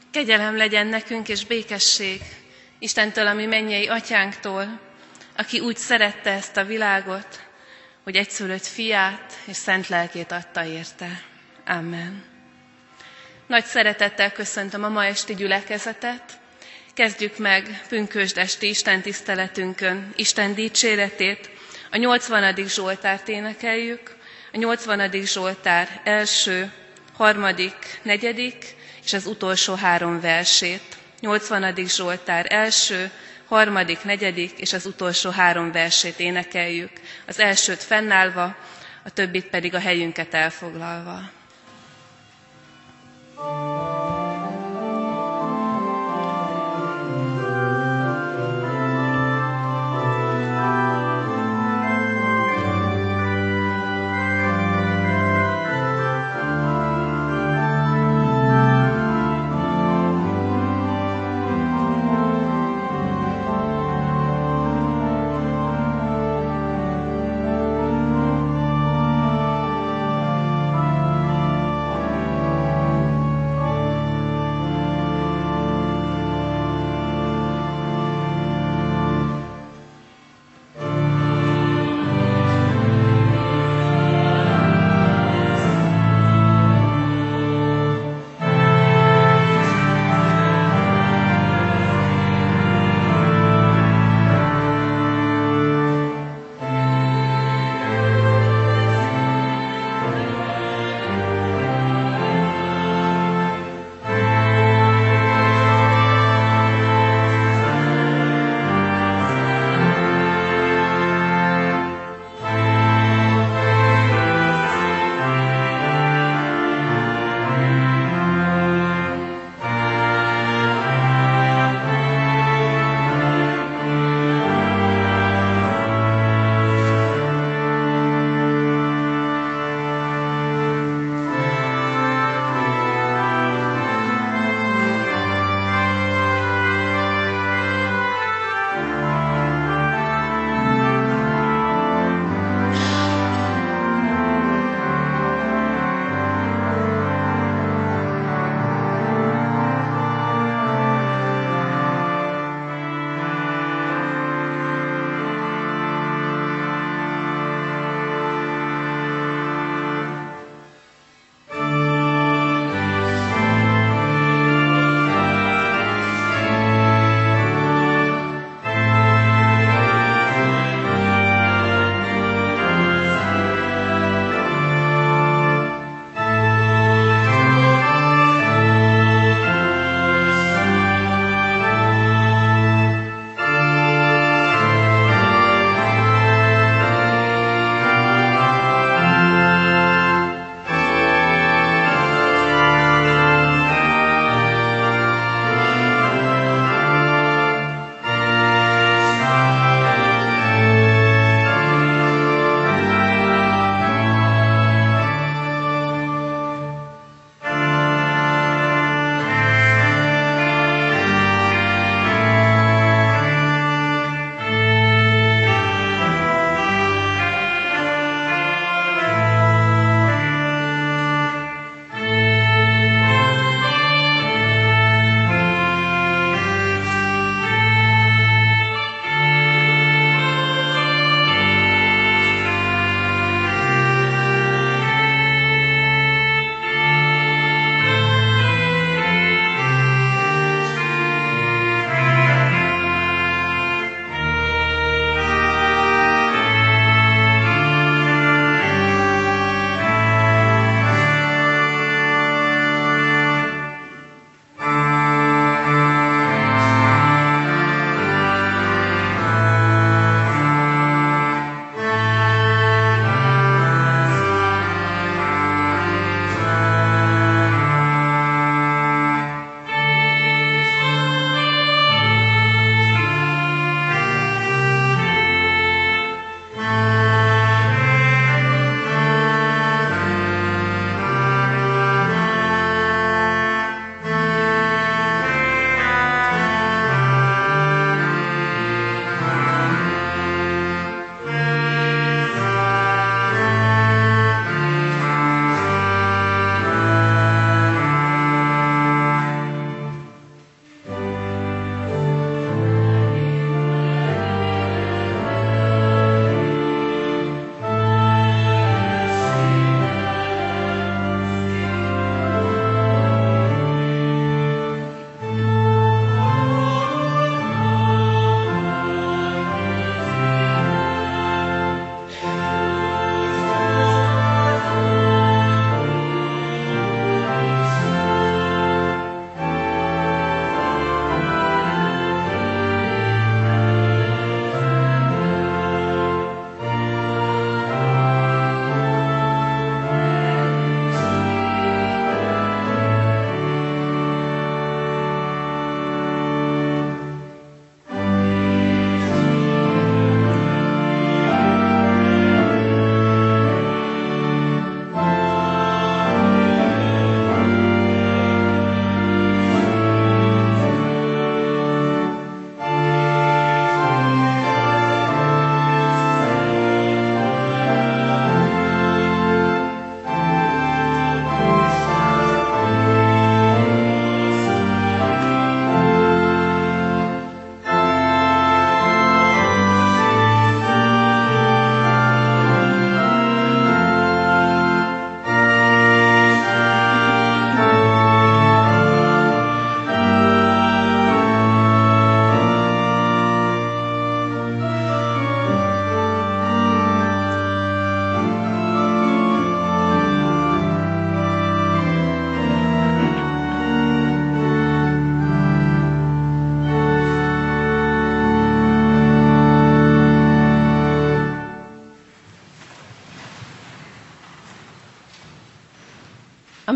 Kegyelem legyen nekünk és békesség Istentől, a mi mennyei atyánktól, aki úgy szerette ezt a világot, hogy egyszülött fiát és szent lelkét adta érte. Amen. Nagy szeretettel köszöntöm a ma esti gyülekezetet. Kezdjük meg pünkösdesti istentiszteletünkön Isten dicséretét. A 80. Zsoltárt énekeljük. A 80. Zsoltár első, harmadik, negyedik és az utolsó 3 versét. 80. Zsoltár első, harmadik, negyedik és az utolsó 3 versét énekeljük. Az elsőt fennállva, a többit pedig a helyünket elfoglalva.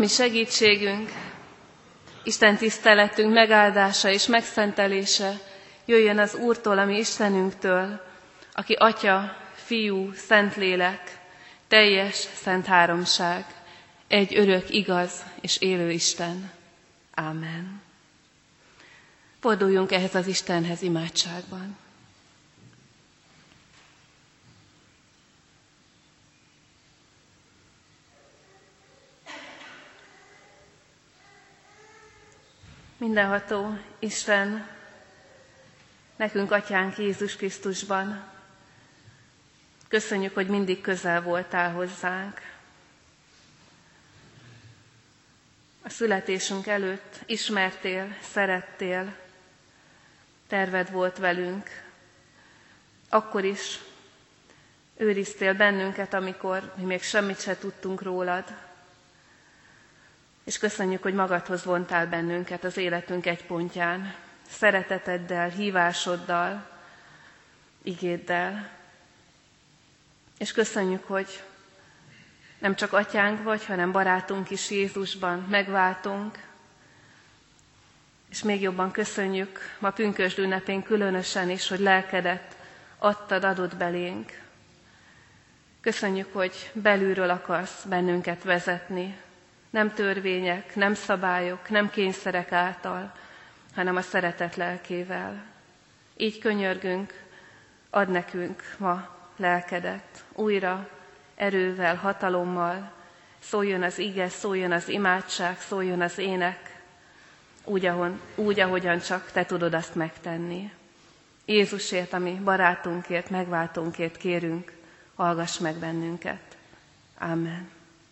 mi segítségünk, Isten tiszteletünk megáldása és megszentelése jöjjön az Úrtól, a mi Istenünktől, aki Atya, Fiú, Szentlélek, teljes szent háromság, egy örök, igaz és élő Isten. Ámen. Forduljunk ehhez az Istenhez imádságban. Mindenható Isten, nekünk Atyánk Jézus Krisztusban, köszönjük, hogy mindig közel voltál hozzánk. A születésünk előtt ismertél, szerettél, terved volt velünk. Akkor is őriztél bennünket, amikor mi még semmit se tudtunk rólad. És köszönjük, hogy magadhoz vontál bennünket az életünk egy pontján, szereteteddel, hívásoddal, igéddel. És köszönjük, hogy nem csak Atyánk vagy, hanem barátunk is Jézusban, megváltunk. És még jobban köszönjük ma pünkösd ünnepén különösen is, hogy lelkedet adott belénk. Köszönjük, hogy belülről akarsz bennünket vezetni, nem törvények, nem szabályok, nem kényszerek által, hanem a szeretet lelkével. Így könyörgünk, add nekünk ma lelkedet, újra erővel, hatalommal, szóljon az ige, szóljon az imádság, szóljon az ének, úgy, ahogyan csak te tudod azt megtenni. Jézusért, ami barátunkért, megváltónkért kérünk, hallgass meg bennünket. Amen.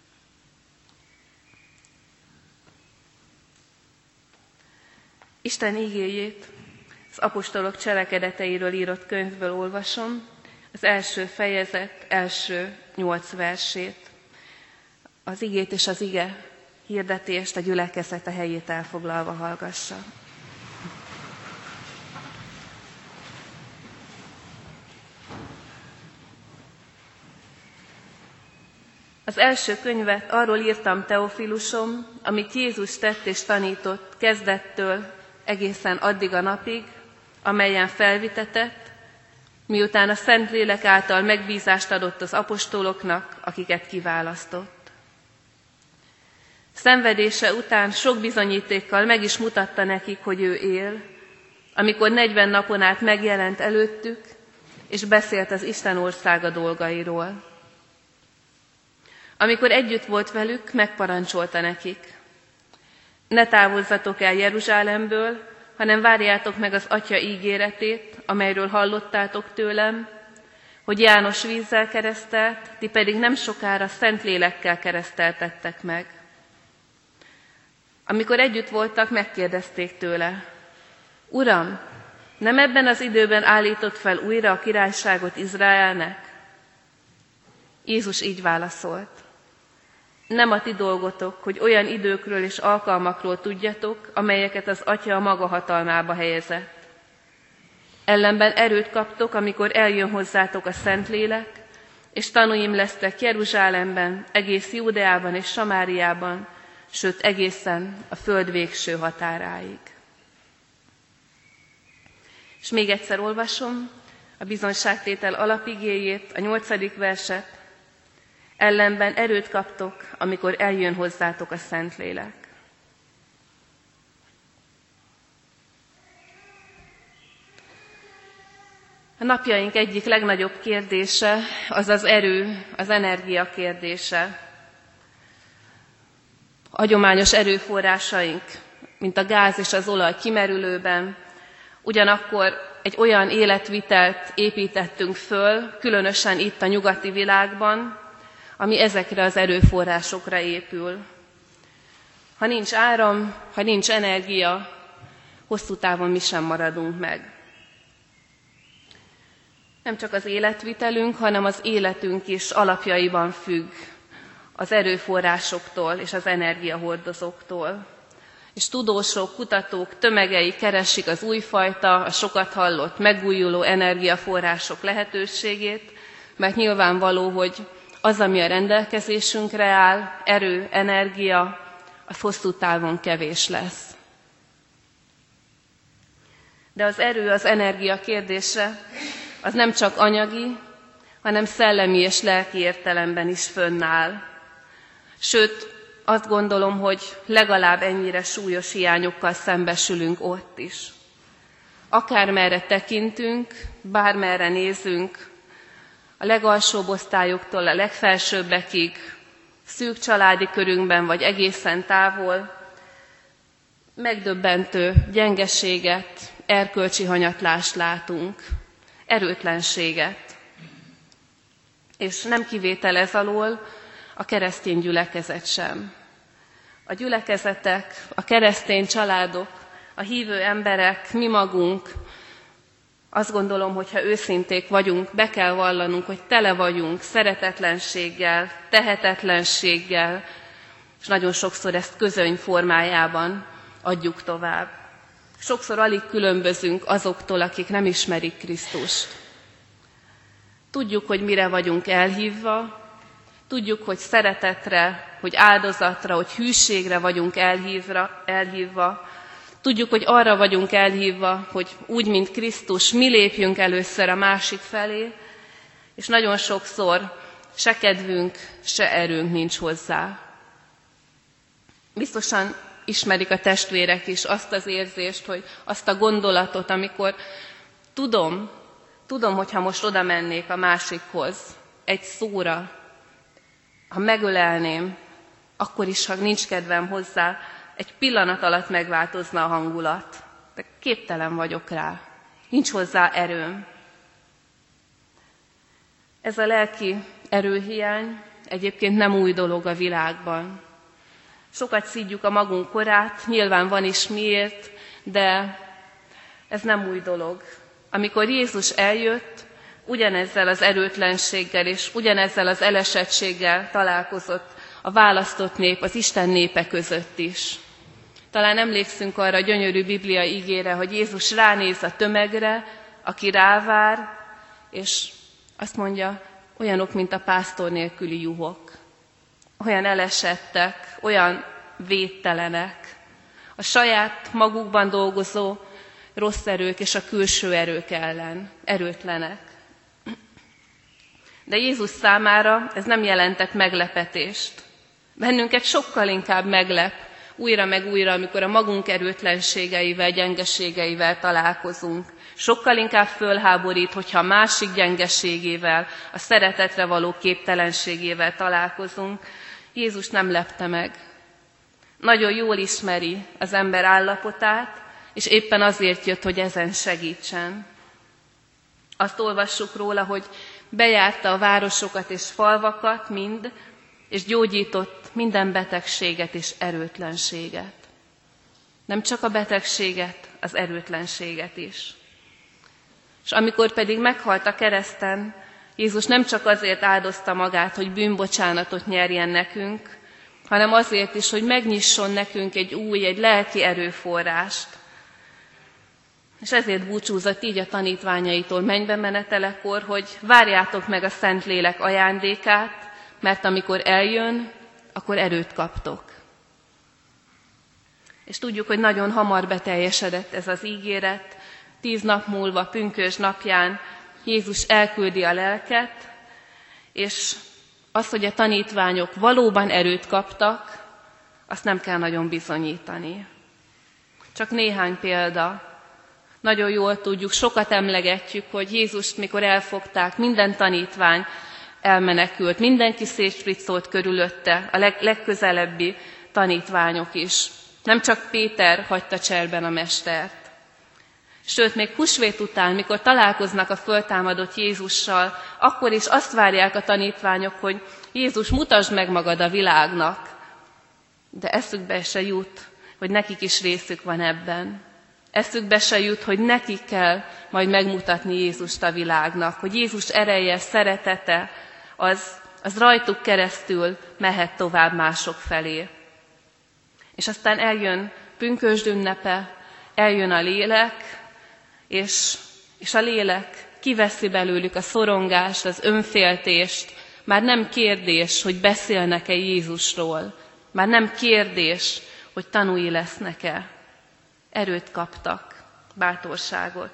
Isten igéjét az apostolok cselekedeteiről írott könyvből olvasom, az első fejezet első 8 versét. Az igét és az ige hirdetést a gyülekezet a helyét elfoglalva hallgassa. Az első könyvet arról írtam, Teofilusom, amit Jézus tett és tanított kezdettől egészen addig a napig, amelyen felvitetett, miután a Szentlélek által megbízást adott az apostoloknak, akiket kiválasztott. Szenvedése után sok bizonyítékkal meg is mutatta nekik, hogy ő él, amikor 40 napon át megjelent előttük, és beszélt az Isten országa dolgairól. Amikor együtt volt velük, megparancsolta nekik: ne távozzatok el Jeruzsálemből, hanem várjátok meg az Atya ígéretét, amelyről hallottátok tőlem, hogy János vízzel keresztelt, ti pedig nem sokára Szentlélekkel kereszteltettek meg. Amikor együtt voltak, megkérdezték tőle: Uram, nem ebben az időben állított fel újra a királyságot Izraelnek? Jézus így válaszolt: nem a ti dolgotok, hogy olyan időkről és alkalmakról tudjatok, amelyeket az Atya a maga hatalmába helyezett. Ellenben erőt kaptok, amikor eljön hozzátok a Szentlélek, és tanúim lesztek Jeruzsálemben, egész Júdeában és Samáriában, sőt egészen a föld végső határáig. És még egyszer olvasom a bizonyságtétel alapigéjét, a 8. verset. Ellenben erőt kaptok, amikor eljön hozzátok a Szentlélek. A napjaink egyik legnagyobb kérdése az az erő, az energia kérdése. A hagyományos erőforrásaink, mint a gáz és az olaj kimerülőben, ugyanakkor egy olyan életvitelt építettünk föl, különösen itt a nyugati világban, ami ezekre az erőforrásokra épül. Ha nincs áram, ha nincs energia, hosszú távon mi sem maradunk meg. Nem csak az életvitelünk, hanem az életünk is alapjaiban függ az erőforrásoktól és az energiahordozóktól. És tudósok, kutatók tömegei keresik az újfajta, a sokat hallott megújuló energiaforrások lehetőségét, mert nyilvánvaló, hogy az, ami a rendelkezésünkre áll, erő, energia, az hosszú távon kevés lesz. De az erő, az energia kérdése az nem csak anyagi, hanem szellemi és lelki értelemben is fönnáll. Sőt, azt gondolom, hogy legalább ennyire súlyos hiányokkal szembesülünk ott is. Akármerre tekintünk, bármerre nézünk, a legalsóbb osztályoktól a legfelsőbbekig, szűk családi körünkben vagy egészen távol, megdöbbentő gyengeséget, erkölcsi hanyatlást látunk, erőtlenséget. És nem kivétel ez alól a keresztény gyülekezet sem. A gyülekezetek, a keresztény családok, a hívő emberek, mi magunk, azt gondolom, hogy ha őszinték vagyunk, be kell vallanunk, hogy tele vagyunk szeretetlenséggel, tehetetlenséggel, és nagyon sokszor ezt közöny formájában adjuk tovább. Sokszor alig különbözünk azoktól, akik nem ismerik Krisztust. Tudjuk, hogy mire vagyunk elhívva, tudjuk, hogy szeretetre, hogy áldozatra, hogy hűségre vagyunk elhívva. Tudjuk, hogy arra vagyunk elhívva, hogy úgy, mint Krisztus, mi lépjünk először a másik felé, és nagyon sokszor se kedvünk, se erőnk nincs hozzá. Biztosan ismerik a testvérek is azt az érzést, hogy azt a gondolatot, amikor tudom, hogyha most oda mennék a másikhoz, egy szóra, ha megölelném, akkor is, ha nincs kedvem hozzá, egy pillanat alatt megváltozna a hangulat. De képtelen vagyok rá. Nincs hozzá erőm. Ez a lelki erőhiány egyébként nem új dolog a világban. Sokat szidjuk a magunk korát, nyilván van is miért, de ez nem új dolog. Amikor Jézus eljött, ugyanezzel az erőtlenséggel és ugyanezzel az elesettséggel találkozott a választott nép, az Isten népe között is. Talán emlékszünk arra a gyönyörű Biblia ígére, hogy Jézus ránéz a tömegre, aki rávár, és azt mondja, olyanok, mint a pásztor nélküli juhok. Olyan elesettek, olyan védtelenek. A saját magukban dolgozó rossz erők és a külső erők ellen erőtlenek. De Jézus számára ez nem jelentett meglepetést. Bennünket sokkal inkább meglep, újra meg újra, amikor a magunk erőtlenségeivel, gyengeségeivel találkozunk. Sokkal inkább fölháborít, hogyha a másik gyengeségével, a szeretetre való képtelenségével találkozunk. Jézus nem lepte meg. Nagyon jól ismeri az ember állapotát, és éppen azért jött, hogy ezen segítsen. Azt olvassuk róla, hogy bejárta a városokat és falvakat mind, és gyógyított minden betegséget és erőtlenséget. Nem csak a betegséget, az erőtlenséget is. És amikor pedig meghalt a kereszten, Jézus nem csak azért áldozta magát, hogy bűnbocsánatot nyerjen nekünk, hanem azért is, hogy megnyisson nekünk egy lelki erőforrást. És ezért búcsúzott így a tanítványaitól mennybe menetelekor, hogy várjátok meg a Szentlélek ajándékát, mert amikor eljön, akkor erőt kaptok. És tudjuk, hogy nagyon hamar beteljesedett ez az ígéret. 10 nap múlva, pünkösd napján Jézus elküldi a lelket, és az, hogy a tanítványok valóban erőt kaptak, azt nem kell nagyon bizonyítani. Csak néhány példa. Nagyon jól tudjuk, sokat emlegetjük, hogy Jézust, mikor elfogták, minden tanítvány elmenekült, mindenki szétspriccolt körülötte, a legközelebbi tanítványok is. Nem csak Péter hagyta cserben a mestert. Sőt, még húsvét után, mikor találkoznak a föltámadott Jézussal, akkor is azt várják a tanítványok, hogy Jézus, mutasd meg magad a világnak. De eszükbe se jut, hogy nekik is részük van ebben. Eszükbe se jut, hogy nekik kell majd megmutatni Jézust a világnak, hogy Jézus ereje, szeretete, az rajtuk keresztül mehet tovább mások felé. És aztán eljön pünkösd ünnepe, eljön a lélek, és a lélek kiveszi belőlük a szorongást, az önféltést. Már nem kérdés, hogy beszélnek-e Jézusról. Már nem kérdés, hogy tanúi lesznek-e. Erőt kaptak, bátorságot.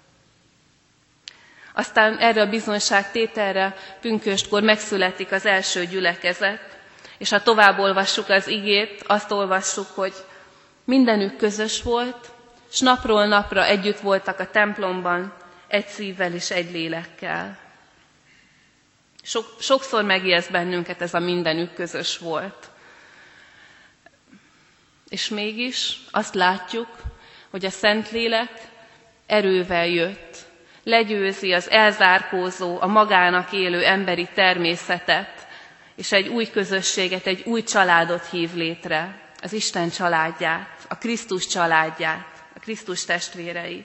Aztán erre a bizonyságtételre pünköstkor megszületik az első gyülekezet, és ha tovább olvassuk az igét, azt olvassuk, hogy mindenük közös volt, s napról napra együtt voltak a templomban, egy szívvel és egy lélekkel. Sokszor megijeszt bennünket ez a mindenük közös volt. És mégis azt látjuk, hogy a Szentlélek erővel jött. Legyőzi az elzárkózó, a magának élő emberi természetet, és egy új közösséget, egy új családot hív létre, az Isten családját, a Krisztus családját, a Krisztus testvéreit.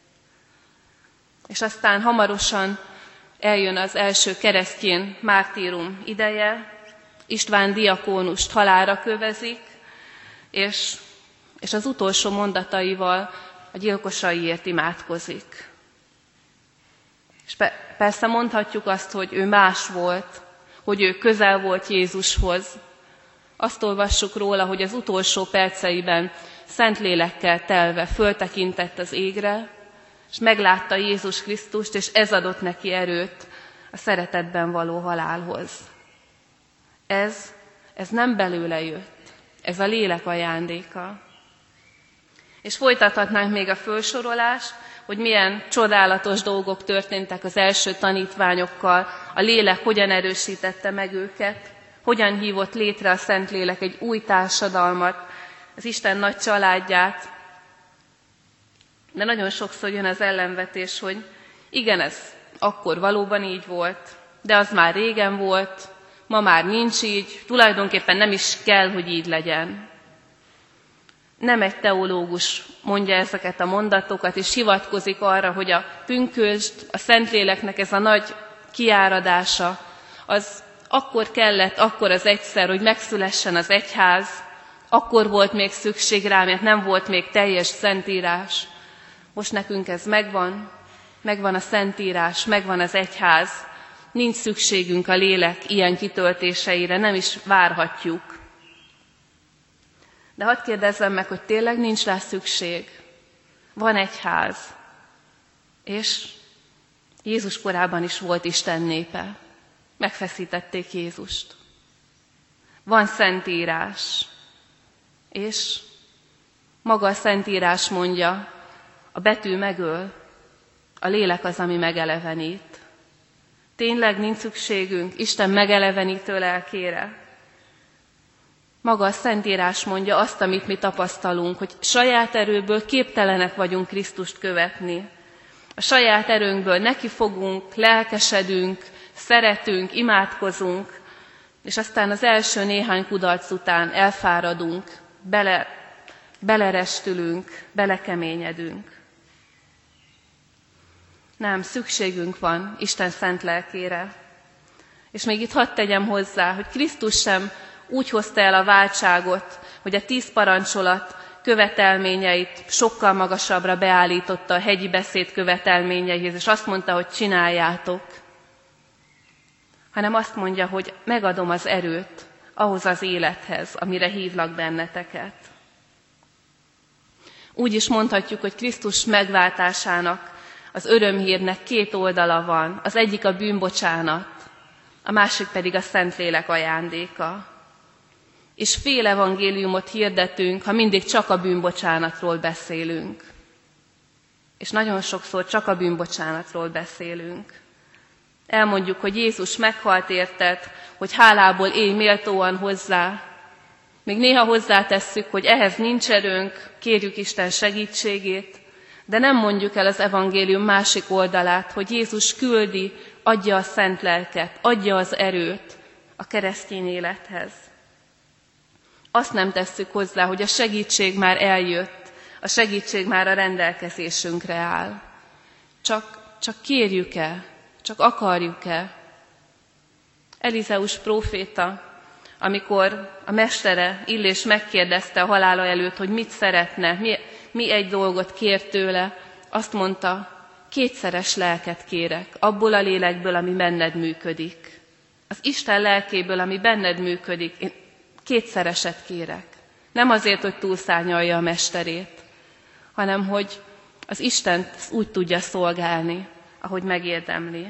És aztán hamarosan eljön az első keresztjén mártírum ideje, István diakónust halálra kövezik, és az utolsó mondataival a gyilkosaiért imádkozik. És persze mondhatjuk azt, hogy ő más volt, hogy ő közel volt Jézushoz. Azt olvassuk róla, hogy az utolsó perceiben Szentlélekkel telve föltekintett az égre, és meglátta Jézus Krisztust, és ez adott neki erőt a szeretetben való halálhoz. Ez nem belőle jött, ez a lélek ajándéka. És folytathatnánk még a fölsorolást, hogy milyen csodálatos dolgok történtek az első tanítványokkal, a lélek hogyan erősítette meg őket, hogyan hívott létre a Szentlélek egy új társadalmat, az Isten nagy családját. De nagyon sokszor jön az ellenvetés, hogy igen, ez akkor valóban így volt, de az már régen volt, ma már nincs így, tulajdonképpen nem is kell, hogy így legyen. Nem egy teológus mondja ezeket a mondatokat, és hivatkozik arra, hogy a pünkösd, a Szentléleknek ez a nagy kiáradása, az akkor kellett, akkor az egyszer, hogy megszülessen az egyház, akkor volt még szükség rá, mert nem volt még teljes Szentírás. Most nekünk ez megvan a Szentírás, megvan az egyház, nincs szükségünk a lélek ilyen kitöltéseire, nem is várhatjuk. De hadd kérdezzem meg, hogy tényleg nincs rá szükség. Van egyház, és Jézus korában is volt Isten népe. Megfeszítették Jézust. Van Szentírás, és maga a Szentírás mondja, a betű megöl, a lélek az, ami megelevenít. Tényleg nincs szükségünk Isten megelevenítő lelkére. Maga a Szentírás mondja azt, amit mi tapasztalunk, hogy saját erőből képtelenek vagyunk Krisztust követni. A saját erőnkből nekifogunk, lelkesedünk, szeretünk, imádkozunk, és aztán az első néhány kudarc után elfáradunk, belerestülünk, belekeményedünk. Nem, szükségünk van Isten szent lelkére. És még itt hadd tegyem hozzá, hogy Krisztus sem úgy hozta el a váltságot, hogy a 10 parancsolat követelményeit sokkal magasabbra beállította a hegyi beszéd követelményeihez, és azt mondta, hogy csináljátok. Hanem azt mondja, hogy megadom az erőt ahhoz az élethez, amire hívlak benneteket. Úgy is mondhatjuk, hogy Krisztus megváltásának, az örömhírnek 2 oldala van. Az egyik a bűnbocsánat, a másik pedig a Szentlélek ajándéka. És fél evangéliumot hirdetünk, ha mindig csak a bűnbocsánatról beszélünk. És nagyon sokszor csak a bűnbocsánatról beszélünk. Elmondjuk, hogy Jézus meghalt érted, hogy hálából élj méltóan hozzá. Még néha hozzátesszük, hogy ehhez nincs erőnk, kérjük Isten segítségét, de nem mondjuk el az evangélium másik oldalát, hogy Jézus küldi, adja a szent lelket, adja az erőt a keresztény élethez. Azt nem tesszük hozzá, hogy a segítség már eljött, a segítség már a rendelkezésünkre áll. Csak kérjük-e, csak akarjuk-e? Elizeus próféta, amikor a mestere Illés megkérdezte a halála előtt, hogy mit szeretne, mi egy dolgot kér tőle, azt mondta, 2-szeres lelket kérek, abból a lélekből, ami benned működik. Az Isten lelkéből, ami benned működik, én Kétszereset kérek. Nem azért, hogy túlszárnyalja a mesterét, hanem hogy az Istent úgy tudja szolgálni, ahogy megérdemli.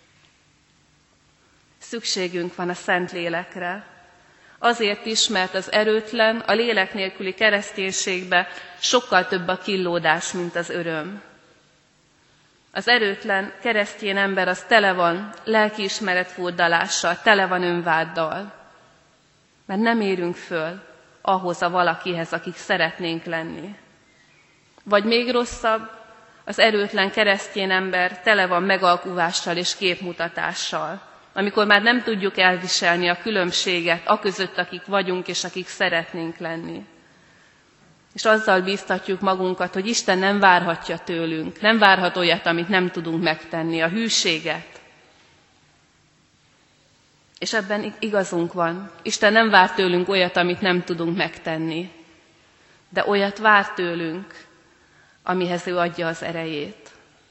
Szükségünk van a Szentlélekre. Azért is, mert az erőtlen, a lélek nélküli kereszténységbe sokkal több a killódás, mint az öröm. Az erőtlen keresztény ember az tele van lelkiismeretfurdalással, tele van önváddal. Mert nem érünk föl ahhoz a valakihez, akik szeretnénk lenni. Vagy még rosszabb, az erőtlen keresztény ember tele van megalkuvással és képmutatással, amikor már nem tudjuk elviselni a különbséget aközött, akik vagyunk és akik szeretnénk lenni. És azzal bíztatjuk magunkat, hogy Isten nem várhatja tőlünk, nem várhat olyat, amit nem tudunk megtenni, a hűséget. És ebben igazunk van. Isten nem vár tőlünk olyat, amit nem tudunk megtenni, de olyat vár tőlünk, amihez ő adja az erejét.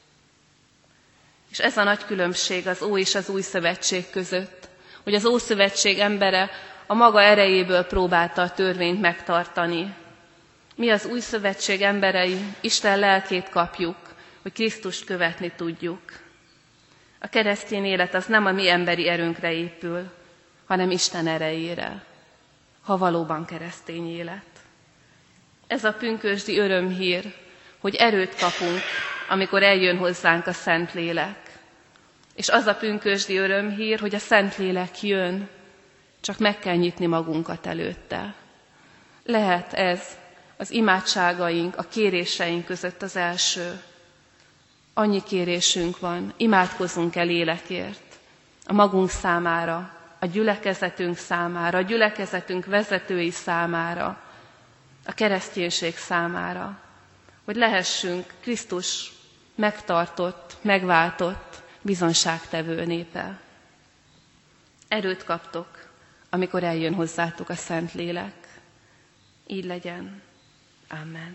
És ez a nagy különbség az Ó és az Új Szövetség között, hogy az Ószövetség embere a maga erejéből próbálta a törvényt megtartani. Mi az Új Szövetség emberei Isten lelkét kapjuk, hogy Krisztust követni tudjuk. A keresztény élet az nem a mi emberi erőnkre épül, hanem Isten erejére, ha valóban keresztény élet. Ez a pünkösdi örömhír, hogy erőt kapunk, amikor eljön hozzánk a Szentlélek. És az a pünkösdi örömhír, hogy a Szentlélek jön, csak meg kell nyitni magunkat előtte. Lehet ez az imádságaink, a kéréseink között az első. Annyi kérésünk van, imádkozzunk el lélekért, a magunk számára, a gyülekezetünk számára, a gyülekezetünk vezetői számára, a kereszténység számára, hogy lehessünk Krisztus megtartott, megváltott, bizonságtevő népe. Erőt kaptok, amikor eljön hozzátok a Szentlélek. Így legyen. Amen.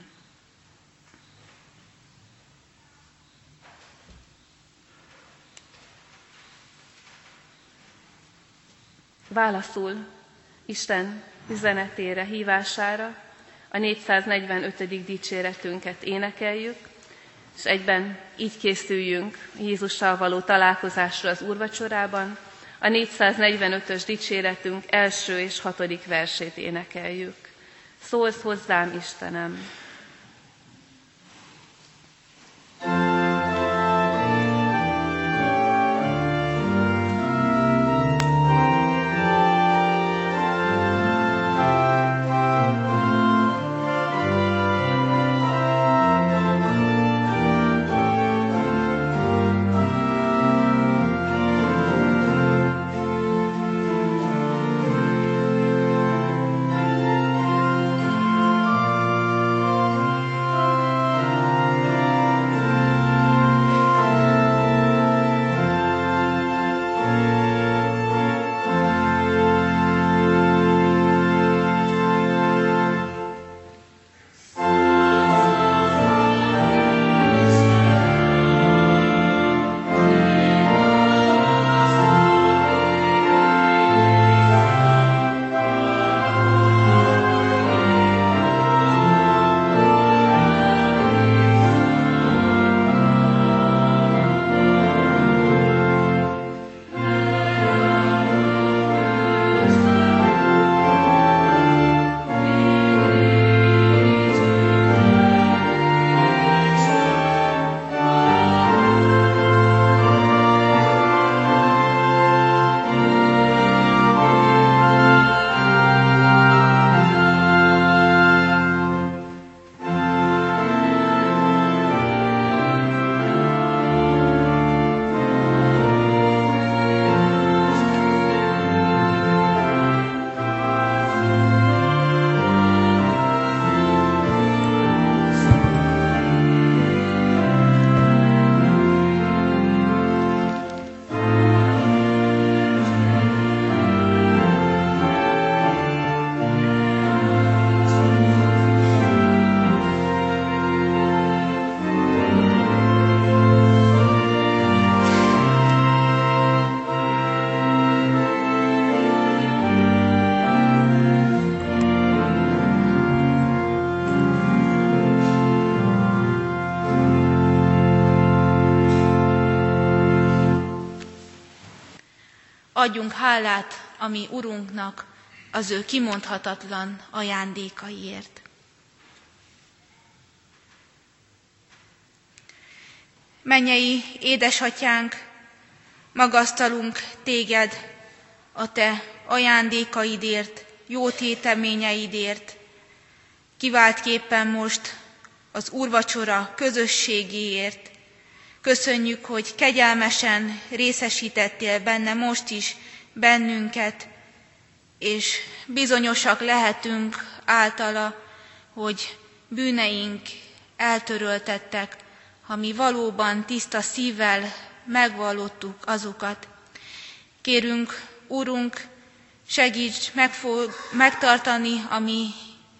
Válaszul Isten üzenetére, hívására a 445. dicséretünket énekeljük, és egyben így készüljünk Jézussal való találkozásra az úrvacsorában. A 445-ös dicséretünk első és 6. versét énekeljük. Szólsz hozzám, Istenem! adjunk hálát a mi Urunknak az ő kimondhatatlan ajándékaiért. Mennyei édesatyánk, magasztalunk téged a te ajándékaidért, jó téteményeidért, kiváltképpen most az úrvacsora közösségéért. Köszönjük, hogy kegyelmesen részesítettél benne most is bennünket, és bizonyosak lehetünk általa, hogy bűneink eltöröltettek, ha mi valóban tiszta szívvel megvallottuk azokat. Kérünk, Urunk, segíts megtartani a mi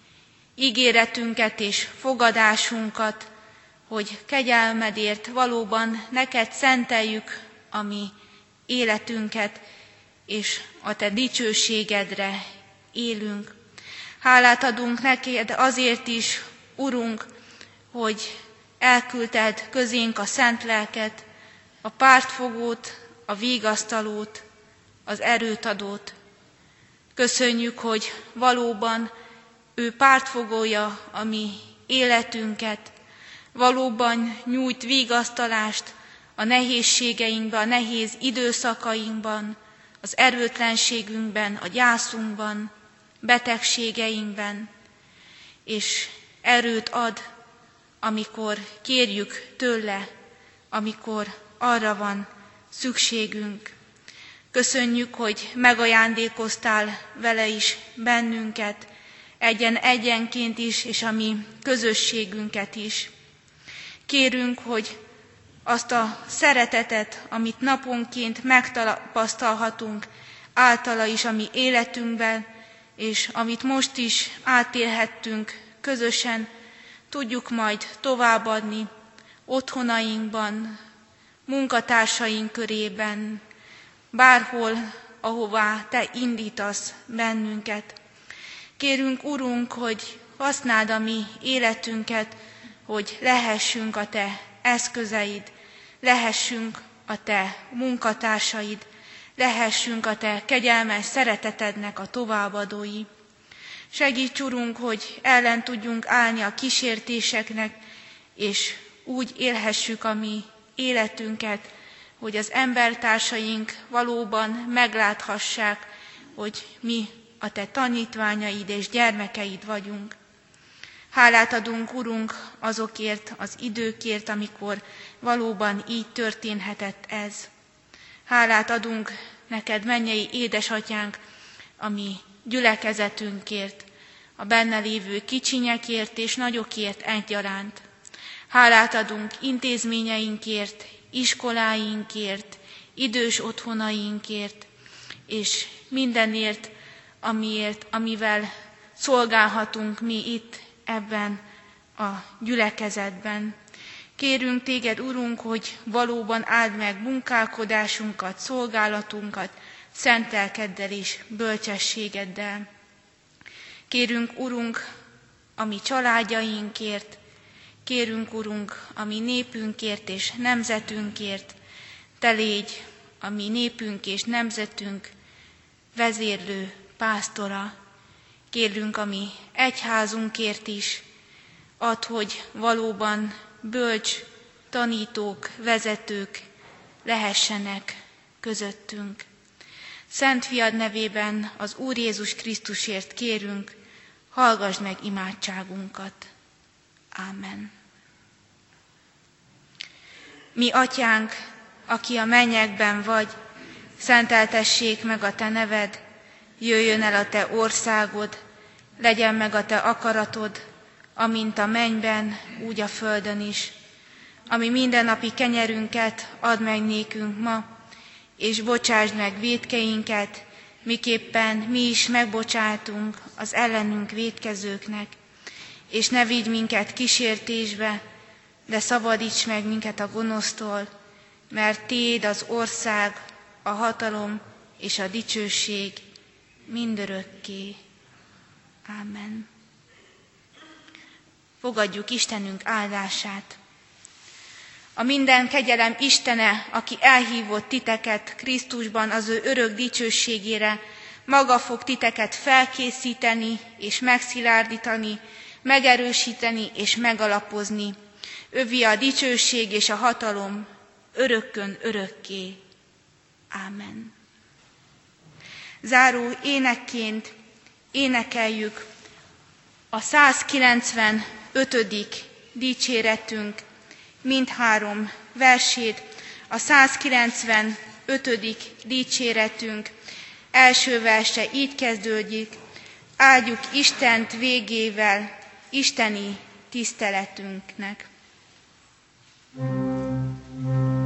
ígéretünket és fogadásunkat, hogy kegyelmedért valóban neked szenteljük a mi életünket, és a te dicsőségedre élünk. Hálát adunk neked azért is, Urunk, hogy elküldted közénk a szent lelket, a pártfogót, a vigasztalót, az erőt adót. Köszönjük, hogy valóban ő pártfogója a mi életünket, valóban nyújt vigasztalást a nehézségeinkben, a nehéz időszakainkban, az erőtlenségünkben, a gyászunkban, betegségeinkben, és erőt ad, amikor kérjük tőle, amikor arra van szükségünk. Köszönjük, hogy megajándékoztál vele is bennünket, egyenként is, és a mi közösségünket is. Kérünk, hogy azt a szeretetet, amit naponként megtapasztalhatunk általa is a mi életünkben, és amit most is átélhettünk közösen, tudjuk majd továbbadni otthonainkban, munkatársaink körében, bárhol, ahová te indítasz bennünket. Kérünk, Urunk, hogy használd a mi életünket, hogy lehessünk a te eszközeid, lehessünk a te munkatársaid, lehessünk a te kegyelmes szeretetednek a továbbadói. Segíts, Urunk, hogy ellen tudjunk állni a kísértéseknek, és úgy élhessük a mi életünket, hogy az embertársaink valóban megláthassák, hogy mi a te tanítványaid és gyermekeid vagyunk. Hálát adunk, Urunk, azokért az időkért, amikor valóban így történhetett ez. Hálát adunk neked, mennyei édesatyánk, a mi gyülekezetünkért, a benne lévő kicsinyekért és nagyokért egyaránt. Hálát adunk intézményeinkért, iskoláinkért, idős otthonainkért, és mindenért, amivel szolgálhatunk mi itt ebben a gyülekezetben. Kérünk téged, Urunk, hogy valóban áld meg munkálkodásunkat, szolgálatunkat, szent lelkeddel és bölcsességeddel. Kérünk, Urunk, a mi családjainkért, kérünk, Urunk, a mi népünkért és nemzetünkért, te légy a mi népünk és nemzetünk vezérlő pásztora. Kérünk a mi egyházunkért is, add, hogy valóban bölcs tanítók, vezetők lehessenek közöttünk. Szent Fiad nevében, az Úr Jézus Krisztusért kérünk, hallgass meg imádságunkat. Ámen. Mi atyánk, aki a mennyekben vagy, szenteltessék meg a te neved, jöjjön el a te országod, legyen meg a te akaratod, amint a mennyben, úgy a földön is. Ami mindennapi kenyerünket add meg nékünk ma, és bocsásd meg vétkeinket, miképpen mi is megbocsátunk az ellenünk vétkezőknek. És ne vigy minket kísértésbe, de szabadíts meg minket a gonosztól, mert tiéd az ország, a hatalom és a dicsőség mindörökké. Ámen. Fogadjuk Istenünk áldását. A minden kegyelem Istene, aki elhívott titeket Krisztusban az ő örök dicsőségére, maga fog titeket felkészíteni és megszilárdítani, megerősíteni és megalapozni. Övé a dicsőség és a hatalom örökkön örökké. Ámen. Záró énekként énekeljük a 195. dicséretünk mindhárom versét. A 195. dicséretünk első verse így kezdődik: áldjuk Istent végével, isteni tiszteletünknek.